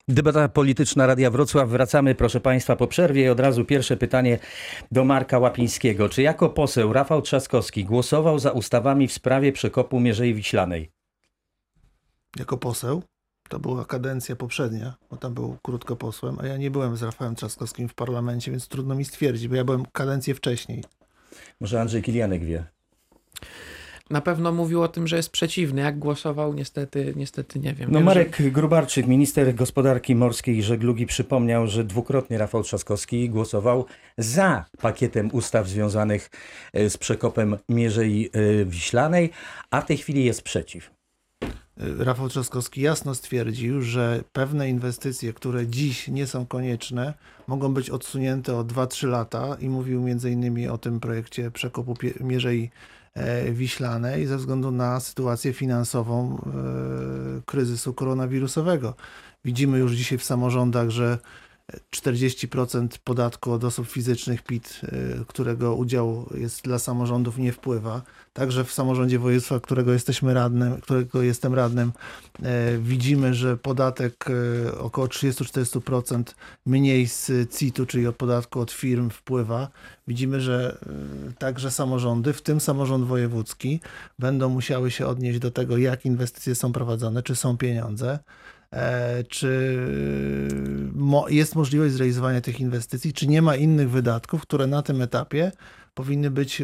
Debata polityczna Radia Wrocław. Wracamy, proszę Państwa, po przerwie i od razu pierwsze pytanie do Marka Łapińskiego. Czy jako poseł Rafał Trzaskowski głosował za ustawami w sprawie przekopu Mierzei Wiślanej? Jako poseł? To była kadencja poprzednia, bo tam był krótko posłem, a ja nie byłem z Rafałem Trzaskowskim w parlamencie, więc trudno mi stwierdzić, bo ja byłem kadencję wcześniej. Może Andrzej Kilianek wie. Na pewno mówił o tym, że jest przeciwny. Jak głosował, niestety nie wiem. No Wiem, Marek Gróbarczyk, minister gospodarki morskiej i żeglugi, przypomniał, że dwukrotnie Rafał Trzaskowski głosował za pakietem ustaw związanych z przekopem Mierzei Wiślanej, a w tej chwili jest przeciw. Rafał Trzaskowski jasno stwierdził, że pewne inwestycje, które dziś nie są konieczne, mogą być odsunięte o 2-3 lata i mówił m.in. o tym projekcie przekopu Mierzei Wiślanej ze względu na sytuację finansową kryzysu koronawirusowego. Widzimy już dzisiaj w samorządach, że 40% podatku od osób fizycznych PIT, którego udział jest dla samorządów, nie wpływa. Także w samorządzie województwa, którego jestem radnym, widzimy, że podatek około 30-40% mniej z CIT-u, czyli od podatku od firm, wpływa. Widzimy, że także samorządy, w tym samorząd wojewódzki, będą musiały się odnieść do tego, jak inwestycje są prowadzone, czy są pieniądze. Czy jest możliwość zrealizowania tych inwestycji, czy nie ma innych wydatków, które na tym etapie powinny być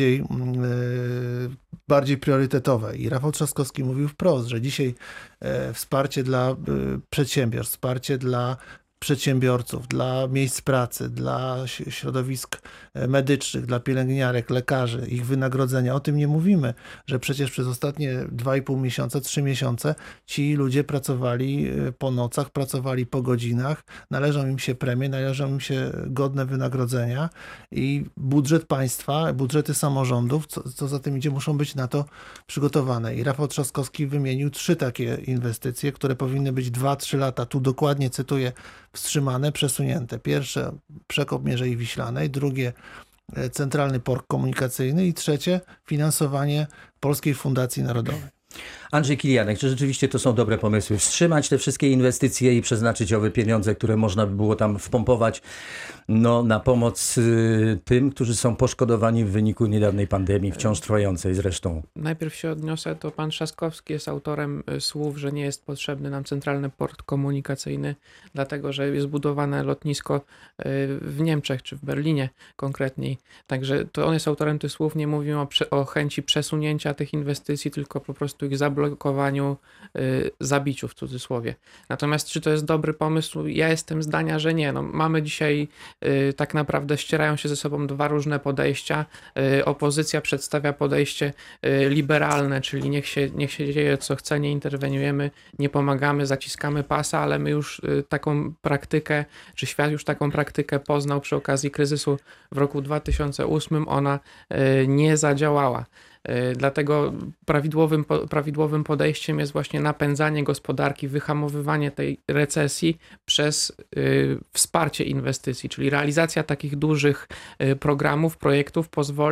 bardziej priorytetowe. I Rafał Trzaskowski mówił wprost, że dzisiaj wsparcie dla przedsiębiorstw, wsparcie dla przedsiębiorców, dla miejsc pracy, dla środowisk medycznych, dla pielęgniarek, lekarzy, ich wynagrodzenia. O tym nie mówimy, że przecież przez ostatnie 2,5 miesiąca, 3 miesiące ci ludzie pracowali po nocach, pracowali po godzinach, należą im się premie, należą im się godne wynagrodzenia i budżet państwa, budżety samorządów, co za tym idzie, muszą być na to przygotowane. I Rafał Trzaskowski wymienił 3 takie inwestycje, które powinny być 2-3 lata, tu dokładnie cytuję, wstrzymane, przesunięte. Pierwsze przekop Mierzei Wiślanej, drugie centralny port komunikacyjny i trzecie finansowanie Polskiej Fundacji Narodowej. Andrzej Kilianek, czy rzeczywiście to są dobre pomysły? Wstrzymać te wszystkie inwestycje i przeznaczyć owe pieniądze, które można by było tam wpompować na pomoc tym, którzy są poszkodowani w wyniku niedawnej pandemii, wciąż trwającej zresztą. Najpierw się odniosę, to pan Trzaskowski jest autorem słów, że nie jest potrzebny nam centralny port komunikacyjny, dlatego że jest budowane lotnisko w Niemczech, czy w Berlinie konkretniej. Także to on jest autorem tych słów, nie mówimy o chęci przesunięcia tych inwestycji, tylko po prostu ich zablokowaniu, zabiciu w cudzysłowie. Natomiast czy to jest dobry pomysł? Ja jestem zdania, że nie. No, mamy dzisiaj tak naprawdę ścierają się ze sobą 2 różne podejścia. Opozycja przedstawia podejście liberalne, czyli niech się dzieje co chce, nie interweniujemy, nie pomagamy, zaciskamy pasa, ale my już taką praktykę, czy świat już taką praktykę poznał przy okazji kryzysu w roku 2008, ona nie zadziałała. Dlatego prawidłowym podejściem jest właśnie napędzanie gospodarki, wyhamowywanie tej recesji przez wsparcie inwestycji, czyli realizacja takich dużych programów, projektów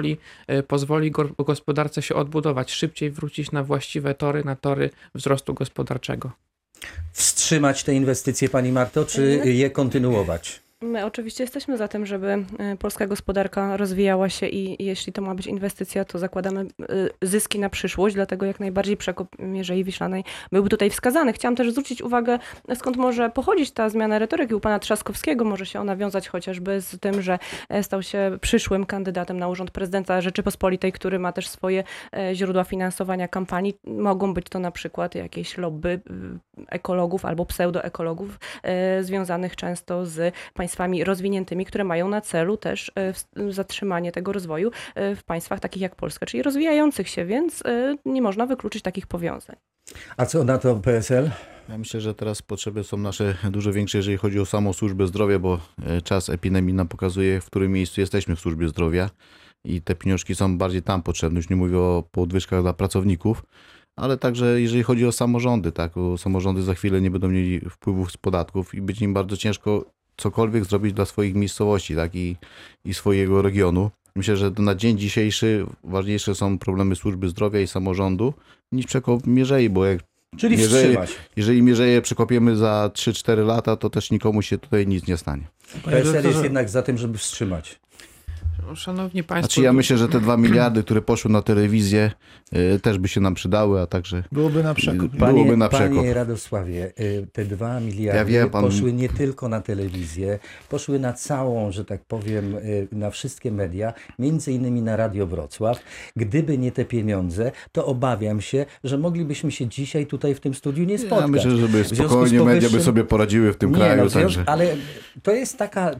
pozwoli gospodarce się odbudować, szybciej wrócić na właściwe tory, na tory wzrostu gospodarczego. Wstrzymać te inwestycje, pani Marto, czy je kontynuować? My oczywiście jesteśmy za tym, żeby polska gospodarka rozwijała się i jeśli to ma być inwestycja, to zakładamy zyski na przyszłość, dlatego jak najbardziej przekop Mierzei Wiślanej byłby tutaj wskazany. Chciałam też zwrócić uwagę, skąd może pochodzić ta zmiana retoryki u pana Trzaskowskiego. Może się ona wiązać chociażby z tym, że stał się przyszłym kandydatem na urząd prezydenta Rzeczypospolitej, który ma też swoje źródła finansowania kampanii. Mogą być to na przykład jakieś lobby ekologów albo pseudoekologów związanych często z państwami rozwiniętymi, które mają na celu też zatrzymanie tego rozwoju w państwach takich jak Polska, czyli rozwijających się, więc nie można wykluczyć takich powiązań. A co na to PSL? Ja myślę, że teraz potrzeby są nasze dużo większe, jeżeli chodzi o samą służbę zdrowia, bo czas epidemii nam pokazuje, w którym miejscu jesteśmy w służbie zdrowia i te pieniążki są bardziej tam potrzebne. Już nie mówię o podwyżkach dla pracowników, ale także jeżeli chodzi o samorządy, tak, bo samorządy za chwilę nie będą mieli wpływów z podatków i będzie im bardzo ciężko cokolwiek zrobić dla swoich miejscowości, tak, i swojego regionu. Myślę, że na dzień dzisiejszy ważniejsze są problemy służby zdrowia i samorządu niż przekop Mierzei, bo jak Czyli wstrzymać. Jeżeli mierzeje przekopiemy za 3-4 lata, to też nikomu się tutaj nic nie stanie. PSL jest jednak za tym, żeby wstrzymać. Szanowni Państwo... Znaczy ja myślę, że te 2 miliardy, które poszły na telewizję, też by się nam przydały, a także Byłoby na przekop. byłoby na przekop. Panie Radosławie, te 2 miliardy Ja wiem, pan- poszły nie tylko na telewizję, poszły na całą, że tak powiem, na wszystkie media, między innymi na Radio Wrocław. Gdyby nie te pieniądze, to obawiam się, że moglibyśmy się dzisiaj tutaj w tym studiu nie spotkać. Ja myślę, żeby W związku z spokojnie media by powyższym- sobie poradziły w tym kraju. Także. ale to jest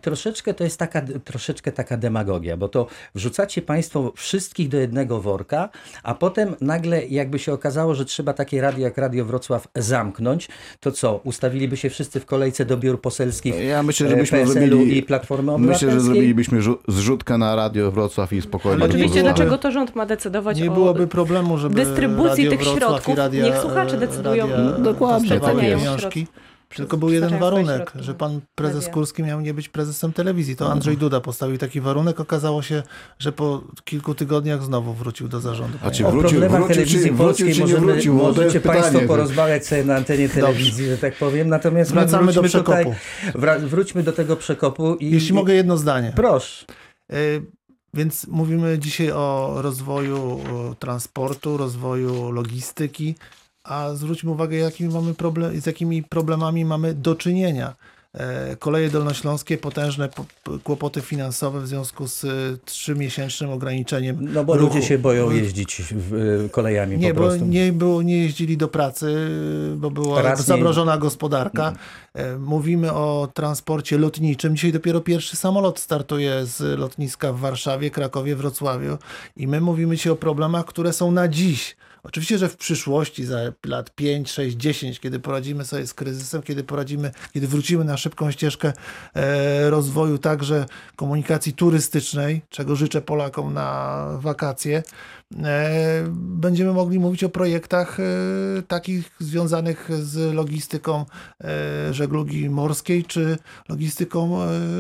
troszeczkę taka demagogia, bo to wrzucacie Państwo wszystkich do jednego worka, a potem nagle jakby się okazało, że trzeba takie radio jak Radio Wrocław zamknąć, to co? Ustawiliby się wszyscy w kolejce do biur poselskich Ja myślę, żebyśmy PSL-u zrobili, i Platformy Obywatelskiej? myślę, że zrobilibyśmy zrzutkę na Radio Wrocław i spokojnie. Ale Oczywiście, byłoby- dlaczego to rząd ma decydować Nie o byłoby problemu, żeby dystrybucji Radio tych Wrocław środków? i radia, Niech słuchacze decydują. radia Dokładnie, dostawały tak jest. pieniążki. Tylko był jeden Wystarczają swoje warunek, środki że na pan prezes media. Kurski miał nie być prezesem telewizji. To Andrzej Duda postawił taki warunek. Okazało się, że po kilku tygodniach znowu wrócił do zarządu. A czy O wrócił, problemach wrócił, telewizji czy polskiej wrócił, czy nie wrócił? Bo to możecie jest Państwo pytanie. porozmawiać sobie na antenie telewizji, że tak powiem. Natomiast my Wracamy do wróćmy przekopu. wróćmy do tego przekopu. Jeśli mogę jedno zdanie. Proszę. Więc mówimy dzisiaj o rozwoju transportu, rozwoju logistyki, a zwróćmy uwagę, z jakimi problemami mamy do czynienia. Koleje dolnośląskie, potężne kłopoty finansowe w związku z 3-miesięcznym ograniczeniem No bo ruchu. ludzie się boją jeździć kolejami Nie, po bo prostu. nie jeździli do pracy, bo była Raz nie- zamrożona gospodarka. Mówimy o transporcie lotniczym. Dzisiaj dopiero pierwszy samolot startuje z lotniska w Warszawie, Krakowie, Wrocławiu i my mówimy dzisiaj o problemach, które są na dziś. Oczywiście, że w przyszłości, za lat 5, 6, 10, kiedy poradzimy sobie z kryzysem, kiedy wrócimy na szybką ścieżkę rozwoju także komunikacji turystycznej, czego życzę Polakom na wakacje, będziemy mogli mówić o projektach takich związanych z logistyką żeglugi morskiej czy logistyką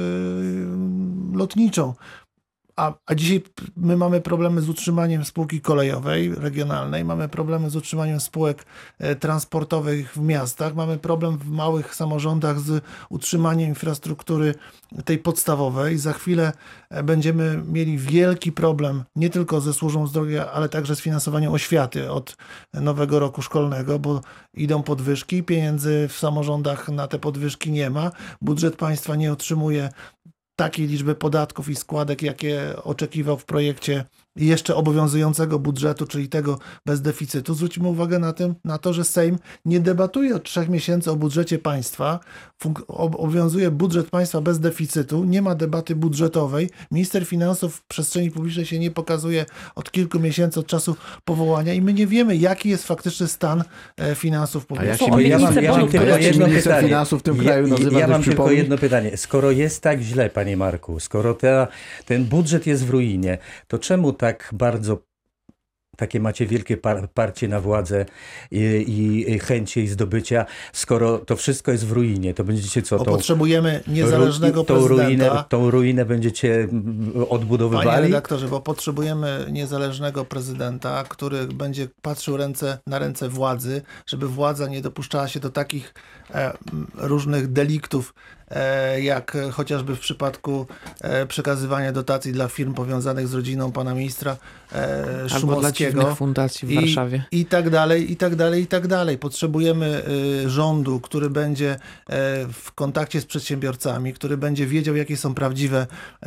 lotniczą. A dzisiaj my mamy problemy z utrzymaniem spółki kolejowej, regionalnej, mamy problemy z utrzymaniem spółek transportowych w miastach, mamy problem w małych samorządach z utrzymaniem infrastruktury tej podstawowej. Za chwilę będziemy mieli wielki problem nie tylko ze służbą zdrowia, ale także z finansowaniem oświaty od nowego roku szkolnego, bo idą podwyżki, pieniędzy w samorządach na te podwyżki nie ma, budżet państwa nie otrzymuje takiej liczby podatków i składek, jakie oczekiwał w projekcie jeszcze obowiązującego budżetu, czyli tego bez deficytu. Zwróćmy uwagę na to, że Sejm nie debatuje od 3 miesięcy o budżecie państwa, obowiązuje budżet państwa bez deficytu, nie ma debaty budżetowej. Minister finansów w przestrzeni publicznej się nie pokazuje od kilku miesięcy, od czasu powołania i my nie wiemy, jaki jest faktyczny stan finansów publicznych. Ja mam tylko jedno minister pytanie. finansów w tym kraju nazywa, Ja ktoś mam tylko przypomni? jedno pytanie. Skoro jest tak źle, panie Marku, skoro ten budżet jest w ruinie, to czemu tak bardzo takie macie wielkie parcie na władzę i chęć jej zdobycia, skoro to wszystko jest w ruinie, to będziecie co? Bo potrzebujemy niezależnego prezydenta. Tą ruinę będziecie odbudowywali? Panie redaktorze, bo potrzebujemy niezależnego prezydenta, który będzie patrzył na ręce władzy, żeby władza nie dopuszczała się do takich różnych deliktów, jak chociażby w przypadku przekazywania dotacji dla firm powiązanych z rodziną pana ministra Albo dla Szumowskiego. dziwnych fundacji w Warszawie. I tak dalej, i tak dalej, i tak dalej. Potrzebujemy rządu, który będzie w kontakcie z przedsiębiorcami, który będzie wiedział, jakie są prawdziwe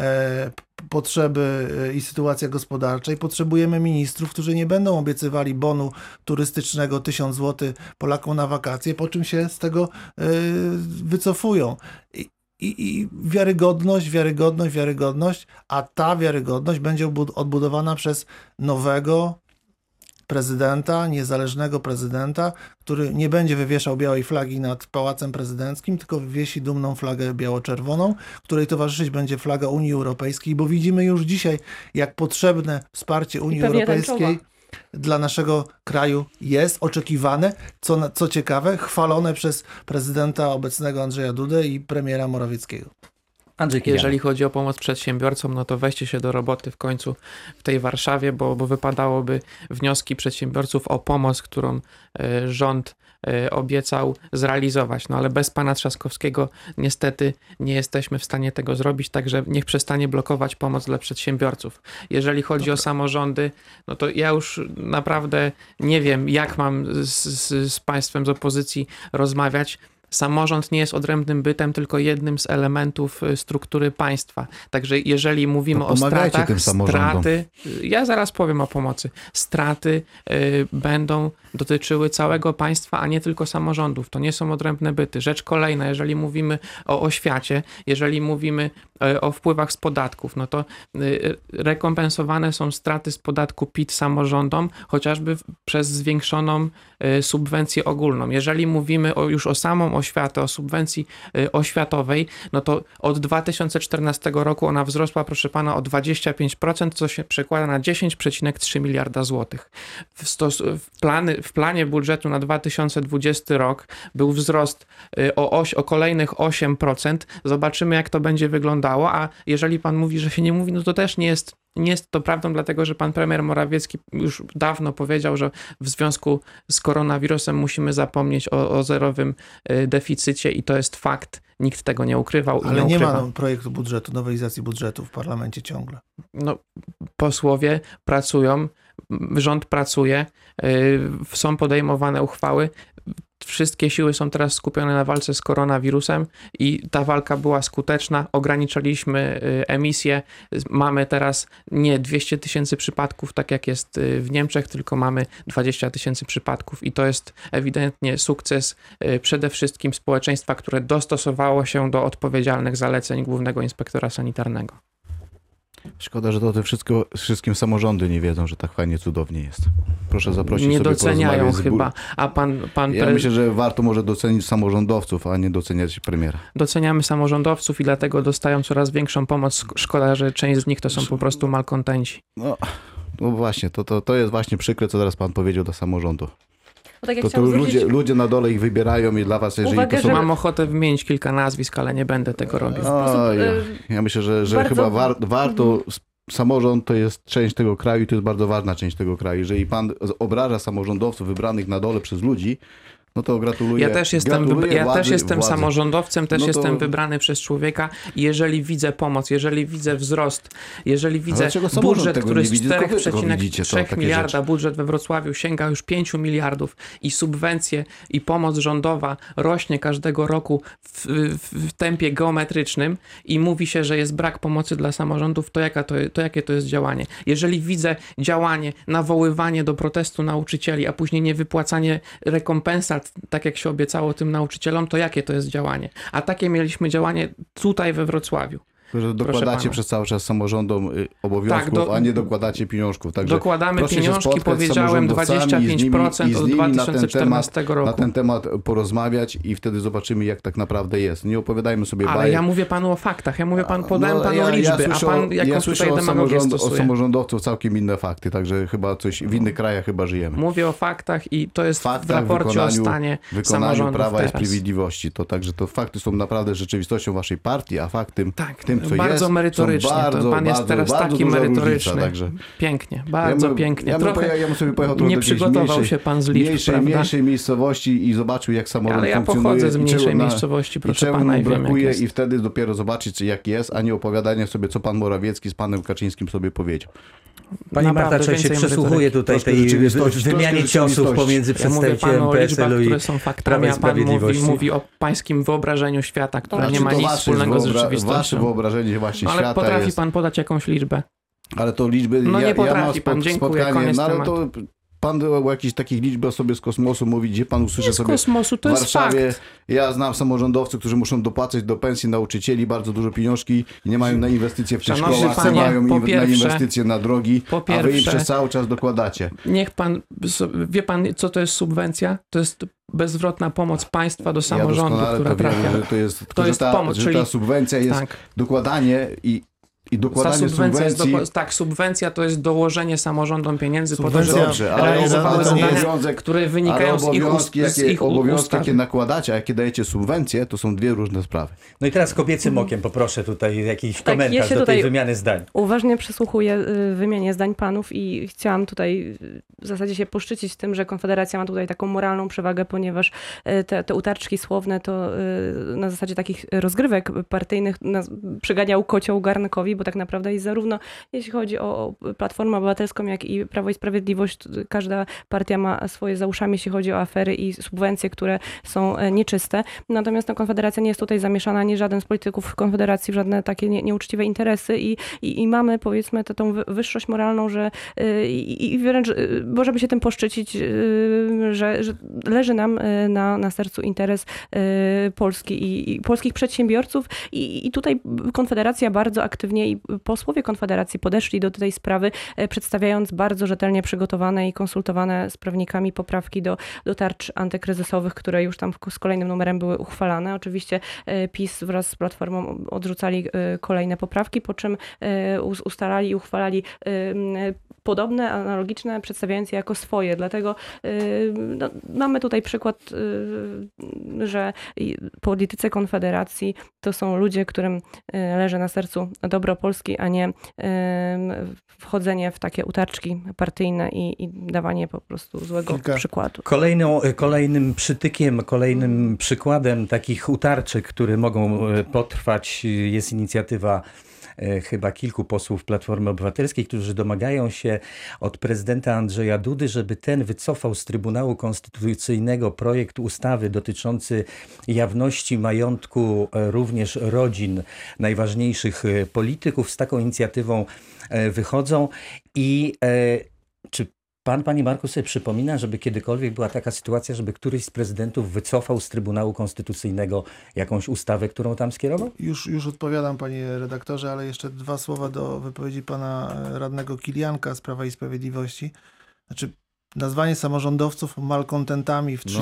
potrzeby i sytuacja gospodarcza i potrzebujemy ministrów, którzy nie będą obiecywali bonu turystycznego 1000 zł Polakom na wakacje, po czym się z tego wycofują. I wiarygodność, a ta wiarygodność będzie odbudowana przez nowego prezydenta, niezależnego prezydenta, który nie będzie wywieszał białej flagi nad Pałacem Prezydenckim, tylko wywiesi dumną flagę biało-czerwoną, której towarzyszyć będzie flaga Unii Europejskiej, bo widzimy już dzisiaj, jak potrzebne wsparcie Unii Europejskiej dla naszego kraju jest oczekiwane, co ciekawe, chwalone przez prezydenta obecnego Andrzeja Dudę i premiera Morawieckiego. Andrzej Kilian. Jeżeli chodzi o pomoc przedsiębiorcom, no to weźcie się do roboty w końcu w tej Warszawie, bo wypadałoby wnioski przedsiębiorców o pomoc, którą rząd obiecał zrealizować. No ale bez pana Trzaskowskiego niestety nie jesteśmy w stanie tego zrobić, także niech przestanie blokować pomoc dla przedsiębiorców. Jeżeli chodzi o samorządy, no to ja już naprawdę nie wiem, jak mam z państwem z opozycji rozmawiać. Samorząd nie jest odrębnym bytem, tylko jednym z elementów struktury państwa. Także jeżeli mówimy o stratach, straty, ja zaraz powiem o pomocy, straty będą dotyczyły całego państwa, a nie tylko samorządów. To nie są odrębne byty. Rzecz kolejna, jeżeli mówimy o oświacie, jeżeli mówimy o wpływach z podatków, no to rekompensowane są straty z podatku PIT samorządom, chociażby przez zwiększoną subwencję ogólną. Jeżeli mówimy już o samą oświatę, o subwencji oświatowej, no to od 2014 roku ona wzrosła, proszę pana, o 25%, co się przekłada na 10,3 miliarda złotych. W planie budżetu na 2020 rok był wzrost o kolejnych 8%. Zobaczymy, jak to będzie wyglądało, a jeżeli pan mówi, że się nie mówi, no to też nie jest to prawdą, dlatego że pan premier Morawiecki już dawno powiedział, że w związku z koronawirusem musimy zapomnieć o zerowym deficycie i to jest fakt. Nikt tego nie ukrywał. Ale nie ma projektu budżetu, nowelizacji budżetu w parlamencie ciągle. No, posłowie pracują, rząd pracuje, są podejmowane uchwały. Wszystkie siły są teraz skupione na walce z koronawirusem i ta walka była skuteczna. Ograniczyliśmy emisję. Mamy teraz nie 200 000 przypadków, tak jak jest w Niemczech, tylko mamy 20 000 przypadków i to jest ewidentnie sukces przede wszystkim społeczeństwa, które dostosowało się do odpowiedzialnych zaleceń Głównego Inspektora Sanitarnego. Szkoda, że to wszystkim samorządy nie wiedzą, że tak fajnie, cudownie jest. Proszę zaprosić nie sobie doceniają chyba, a Ja myślę, że warto może docenić samorządowców, a nie doceniać premiera. Doceniamy samorządowców i dlatego dostają coraz większą pomoc. Szkoda, że część z nich to są po prostu malkontenci. No właśnie, to jest właśnie przykre, co teraz pan powiedział do samorządu. Tak jak to ludzie na dole ich wybierają i dla was, jeżeli uwagę, to są... Mam ochotę wymienić kilka nazwisk, ale nie będę tego robił. Ja myślę, że chyba warto... Samorząd to jest część tego kraju i to jest bardzo ważna część tego kraju. Jeżeli pan obraża samorządowców wybranych na dole przez ludzi, no to gratuluję. Ja też jestem samorządowcem, też jestem wybrany przez człowieka i jeżeli widzę pomoc, jeżeli widzę wzrost, jeżeli widzę budżet, który z 4,3 miliarda, budżet we Wrocławiu sięga już 5 miliardów i subwencje i pomoc rządowa rośnie każdego roku w tempie geometrycznym i mówi się, że jest brak pomocy dla samorządów, to jakie to jest działanie? Jeżeli widzę działanie, nawoływanie do protestu nauczycieli, a później niewypłacanie rekompensat, tak jak się obiecało tym nauczycielom, to jakie to jest działanie? A takie mieliśmy działanie tutaj we Wrocławiu. Że dokładacie przez cały czas samorządom obowiązków, a nie dokładacie pieniążków. Także dokładamy pieniążki, powiedziałem 25% od 2014 roku. Na ten temat porozmawiać i wtedy zobaczymy, jak tak naprawdę jest. Nie opowiadajmy sobie bajek. Ale ja mówię panu o faktach, podałem panu liczby, a pan jakąś tutaj demagogię stosuje. O samorządowców całkiem inne fakty, także chyba w innych krajach chyba żyjemy. Mówię o faktach i to jest w raporcie o stanie samorządów Prawa teraz. i Sprawiedliwości. Także to fakty są naprawdę rzeczywistością waszej partii, a fakt tym, co bardzo jest, merytorycznie. Pan jest teraz taki merytoryczny. Także pięknie, bardzo pięknie. Ja bym sobie pojechał nie przygotował się pan z liczb, mniejszej miejscowości i zobaczył, jak samorząd funkcjonuje. Ale ja pochodzę z mniejszej miejscowości, proszę pana, i wiem, brakuje, jak jest. I wtedy dopiero zobaczyć, jak jest, a nie opowiadanie sobie, co pan Morawiecki z panem Kaczyńskim sobie powiedział. Pani Marta Czech się przysłuchuje tutaj tej wymianie ciosów pomiędzy przedstawicielem PSL-u i Prawa i Sprawiedliwości. Pan mówi o pańskim wyobrażeniu świata, które nie ma nic wspólnego z rzeczywistością. Wasze wyobrażenie właśnie ale świata potrafi jest... pan podać jakąś liczbę? Ale to liczby... No nie potrafi pan, dziękuję, koniec tematu. Pan o jakiejś takiej liczby sobie z kosmosu mówi, gdzie pan usłyszy sobie kosmosu, to w Warszawie. Jest fakt. Ja znam samorządowców, którzy muszą dopłacać do pensji nauczycieli bardzo dużo pieniążki i nie mają na inwestycje w tych szkołach, mają na inwestycje na drogi, a wy im przez cały czas dokładacie. Niech pan, wie pan, co to jest subwencja? To jest bezzwrotna pomoc państwa do samorządu, która trafia. To jest pomoc, że ta subwencja jest dokładanie I dokładanie subwencji. Tak, subwencja to jest dołożenie samorządom pieniędzy po to, Subwencja, żeby Dobrze, ale realizowały to nie jest zadania, które wynikają z ich obowiązki, ustaw. jakie nakładacie, a jakie dajecie subwencje, to są dwie różne sprawy. No i teraz kobiecym okiem poproszę tutaj jakiś Tak, ja komentarz się do tej tutaj wymiany zdań. Uważnie przysłuchuję wymianie zdań panów i chciałam tutaj w zasadzie się poszczycić tym, że Konfederacja ma tutaj taką moralną przewagę, ponieważ te utarczki słowne to na zasadzie takich rozgrywek partyjnych przyganiał kocioł garnkowi, bo tak naprawdę jest zarówno, jeśli chodzi o Platformę Obywatelską, jak i Prawo i Sprawiedliwość, każda partia ma swoje za uszami, jeśli chodzi o afery i subwencje, które są nieczyste. Natomiast Konfederacja nie jest tutaj zamieszana, ani żaden z polityków Konfederacji w żadne takie nieuczciwe interesy i mamy, powiedzmy, tą wyższość moralną, że i wręcz możemy się tym poszczycić, że leży nam na sercu interes Polski i polskich przedsiębiorców i tutaj Konfederacja bardzo aktywnie i posłowie Konfederacji podeszli do tej sprawy, przedstawiając bardzo rzetelnie przygotowane i konsultowane z prawnikami poprawki do tarcz antykryzysowych, które już tam z kolejnym numerem były uchwalane. Oczywiście PiS wraz z Platformą odrzucali kolejne poprawki, po czym ustalali i uchwalali podobne, analogiczne, przedstawiając je jako swoje. Dlatego mamy tutaj przykład, że politycy Konfederacji to są ludzie, którym leży na sercu dobro Polski, a nie wchodzenie w takie utarczki partyjne i dawanie po prostu złego przykładu. Kolejnym przytykiem, kolejnym przykładem takich utarczek, które mogą potrwać, jest inicjatywa chyba kilku posłów Platformy Obywatelskiej, którzy domagają się od prezydenta Andrzeja Dudy, żeby ten wycofał z Trybunału Konstytucyjnego projekt ustawy dotyczący jawności majątku również rodzin najważniejszych polityków. Z taką inicjatywą wychodzą i czy pan, panie Marku, sobie przypomina, żeby kiedykolwiek była taka sytuacja, żeby któryś z prezydentów wycofał z Trybunału Konstytucyjnego jakąś ustawę, którą tam skierował? Już odpowiadam, panie redaktorze, ale jeszcze 2 słowa do wypowiedzi pana radnego Kilianka z Prawa i Sprawiedliwości. Znaczy, nazwanie samorządowców malkontentami w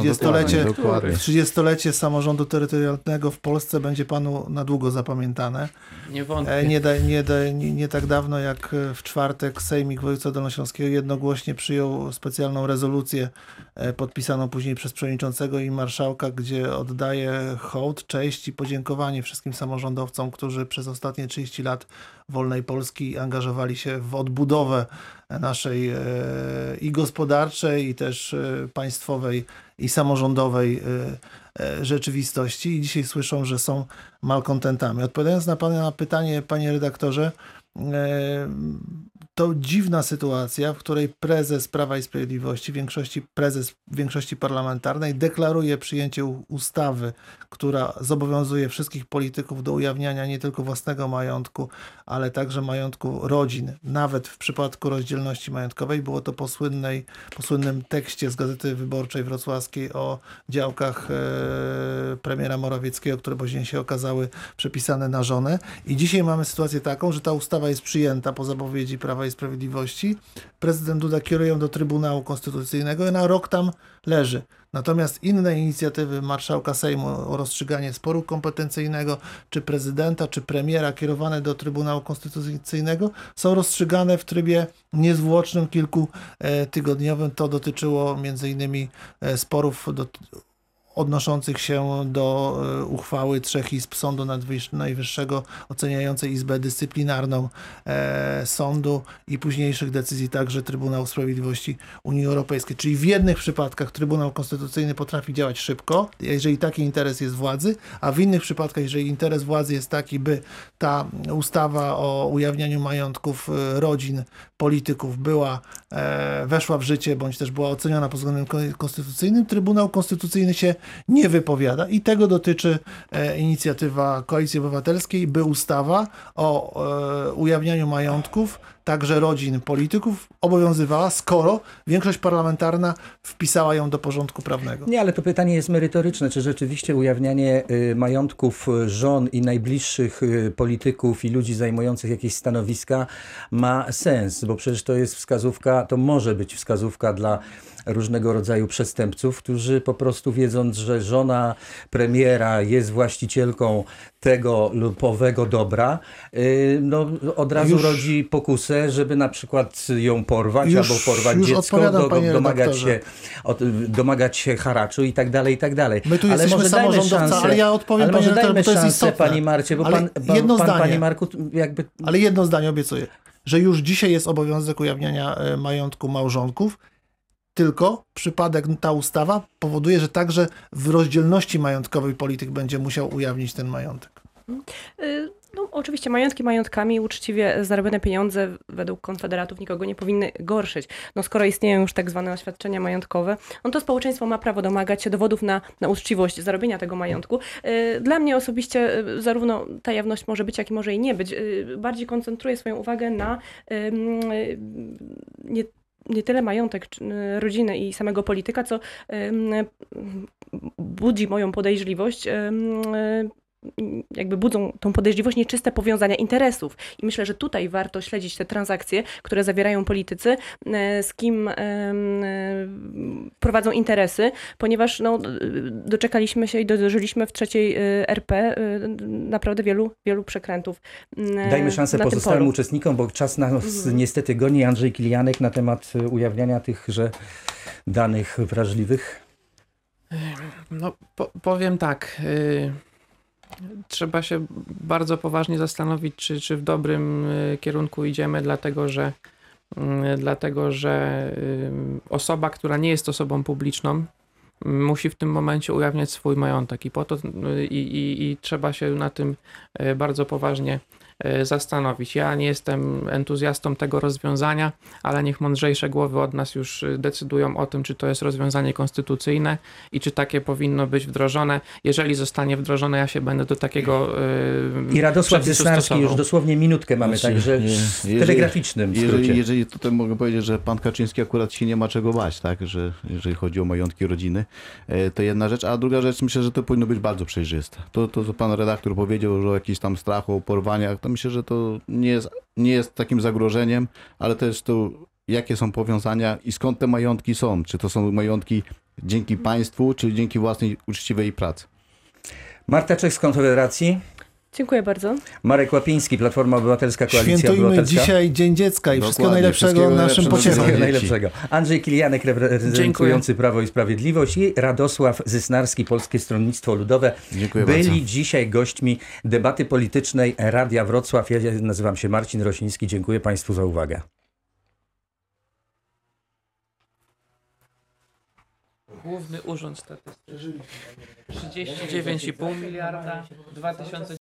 30-lecie samorządu terytorialnego w Polsce będzie panu na długo zapamiętane. Nie wątpię. Nie tak dawno jak w czwartek Sejmik Województwa Dolnośląskiego jednogłośnie przyjął specjalną rezolucję podpisaną później przez przewodniczącego i marszałka, gdzie oddaje hołd, cześć i podziękowanie wszystkim samorządowcom, którzy przez ostatnie 30 lat wolnej Polski angażowali się w odbudowę naszej i gospodarczej, i też państwowej, i samorządowej rzeczywistości i dzisiaj słyszą, że są malkontentami. Odpowiadając na pana pytanie, panie redaktorze, to dziwna sytuacja, w której prezes Prawa i Sprawiedliwości, prezes większości parlamentarnej deklaruje przyjęcie ustawy, która zobowiązuje wszystkich polityków do ujawniania nie tylko własnego majątku, ale także majątku rodzin. Nawet w przypadku rozdzielności majątkowej było to po słynnym tekście z Gazety Wyborczej Wrocławskiej o działkach premiera Morawieckiego, które później się okazały przepisane na żonę. I dzisiaj mamy sytuację taką, że ta ustawa jest przyjęta po zapowiedzi Prawa i Sprawiedliwości. Prezydent Duda kieruje ją do Trybunału Konstytucyjnego i na rok tam leży. Natomiast inne inicjatywy marszałka Sejmu o rozstrzyganie sporu kompetencyjnego, czy prezydenta, czy premiera kierowane do Trybunału Konstytucyjnego są rozstrzygane w trybie niezwłocznym, kilkutygodniowym. To dotyczyło m.in. sporów odnoszących się do uchwały 3 izb Sądu Najwyższego oceniającej Izbę Dyscyplinarną sądu i późniejszych decyzji także Trybunału Sprawiedliwości Unii Europejskiej. Czyli w jednych przypadkach Trybunał Konstytucyjny potrafi działać szybko, jeżeli taki interes jest władzy, a w innych przypadkach, jeżeli interes władzy jest taki, by ta ustawa o ujawnianiu majątków rodzin polityków weszła w życie, bądź też była oceniona pod względem konstytucyjnym, Trybunał Konstytucyjny się nie wypowiada i tego dotyczy inicjatywa Koalicji Obywatelskiej, by ustawa o ujawnianiu majątków także rodzin polityków obowiązywała, skoro większość parlamentarna wpisała ją do porządku prawnego. Nie, ale to pytanie jest merytoryczne. Czy rzeczywiście ujawnianie majątków żon i najbliższych polityków i ludzi zajmujących jakieś stanowiska ma sens? Bo przecież to jest wskazówka, to może być wskazówka dla różnego rodzaju przestępców, którzy po prostu wiedząc, że żona premiera jest właścicielką tego lub owego dobra, no od razu Już- rodzi pokusę, żeby na przykład ją porwać Już- albo porwać już dziecko, odpowiadam, panie domagać redaktorze. się haraczu i tak dalej, i tak dalej. My tu Ale jesteśmy może dajmy samorządowcy, szansę, ale ja odpowiem, ale panie może redaktorze, dajmy bo to jest szansę istotne. pani Marcie, bo Ale jedno zdanie. panie Marku, jakby... Ale jedno zdanie obiecuję, że już dzisiaj jest obowiązek ujawniania majątku małżonków, tylko przypadek, ta ustawa powoduje, że także w rozdzielności majątkowej polityk będzie musiał ujawnić ten majątek. No, oczywiście majątki majątkami, uczciwie zarobione pieniądze według konfederatów nikogo nie powinny gorszyć. No, skoro istnieją już tak zwane oświadczenia majątkowe, no to społeczeństwo ma prawo domagać się dowodów na uczciwość zarobienia tego majątku. Dla mnie osobiście zarówno ta jawność może być, jak i może i nie być. Bardziej koncentruję swoją uwagę na nie tyle majątek rodziny i samego polityka, co budzi moją podejrzliwość, jakby budzą tą podejrzliwość nieczyste powiązania interesów. I myślę, że tutaj warto śledzić te transakcje, które zawierają politycy, z kim prowadzą interesy, ponieważ no, doczekaliśmy się i dożyliśmy w trzeciej RP naprawdę wielu przekrętów. Dajmy szansę na tym pozostałym polu. uczestnikom, bo czas nas niestety goni. Andrzej Kilianek na temat ujawniania tychże danych wrażliwych. No, powiem tak. Trzeba się bardzo poważnie zastanowić, czy w dobrym kierunku idziemy, dlatego że osoba, która nie jest osobą publiczną, musi w tym momencie ujawniać swój majątek i po to i trzeba się na tym bardzo poważnie zastanowić. Ja nie jestem entuzjastą tego rozwiązania, ale niech mądrzejsze głowy od nas już decydują o tym, czy to jest rozwiązanie konstytucyjne i czy takie powinno być wdrożone. Jeżeli zostanie wdrożone, ja się będę do takiego I Radosław przepisu Zysnarski, stosował. już dosłownie minutkę mamy, Znaczy, także w telegraficznym skrócie. Jeżeli tutaj mogę powiedzieć, że pan Kaczyński akurat się nie ma czego bać, tak, że jeżeli chodzi o majątki rodziny, to jedna rzecz, a druga rzecz, myślę, że to powinno być bardzo przejrzyste. To co pan redaktor powiedział, że o jakichś tam strachu, o porwaniach, to myślę, że to nie jest takim zagrożeniem, ale też to, jakie są powiązania i skąd te majątki są. Czy to są majątki dzięki państwu, czy dzięki własnej uczciwej pracy. Marta Czech z Konfederacji, Dziękuję bardzo. Marek Łapiński, Platforma Obywatelska, Koalicja Świętujmy Obywatelska. dzisiaj Dzień Dziecka i wszystkiego Dokładnie, najlepszego wszystkiego naszym najlepszego pociechom. dla Wszystkiego dzieci. najlepszego. Andrzej Kilianek, reprezentujący Prawo i Sprawiedliwość, i Radosław Zysnarski, Polskie Stronnictwo Ludowe. Dziękuję Byli bardzo. dzisiaj gośćmi debaty politycznej Radia Wrocław. Ja nazywam się Marcin Rosiński. Dziękuję Państwu za uwagę. Główny Urząd Statystyczny. 39,5 miliarda, 2000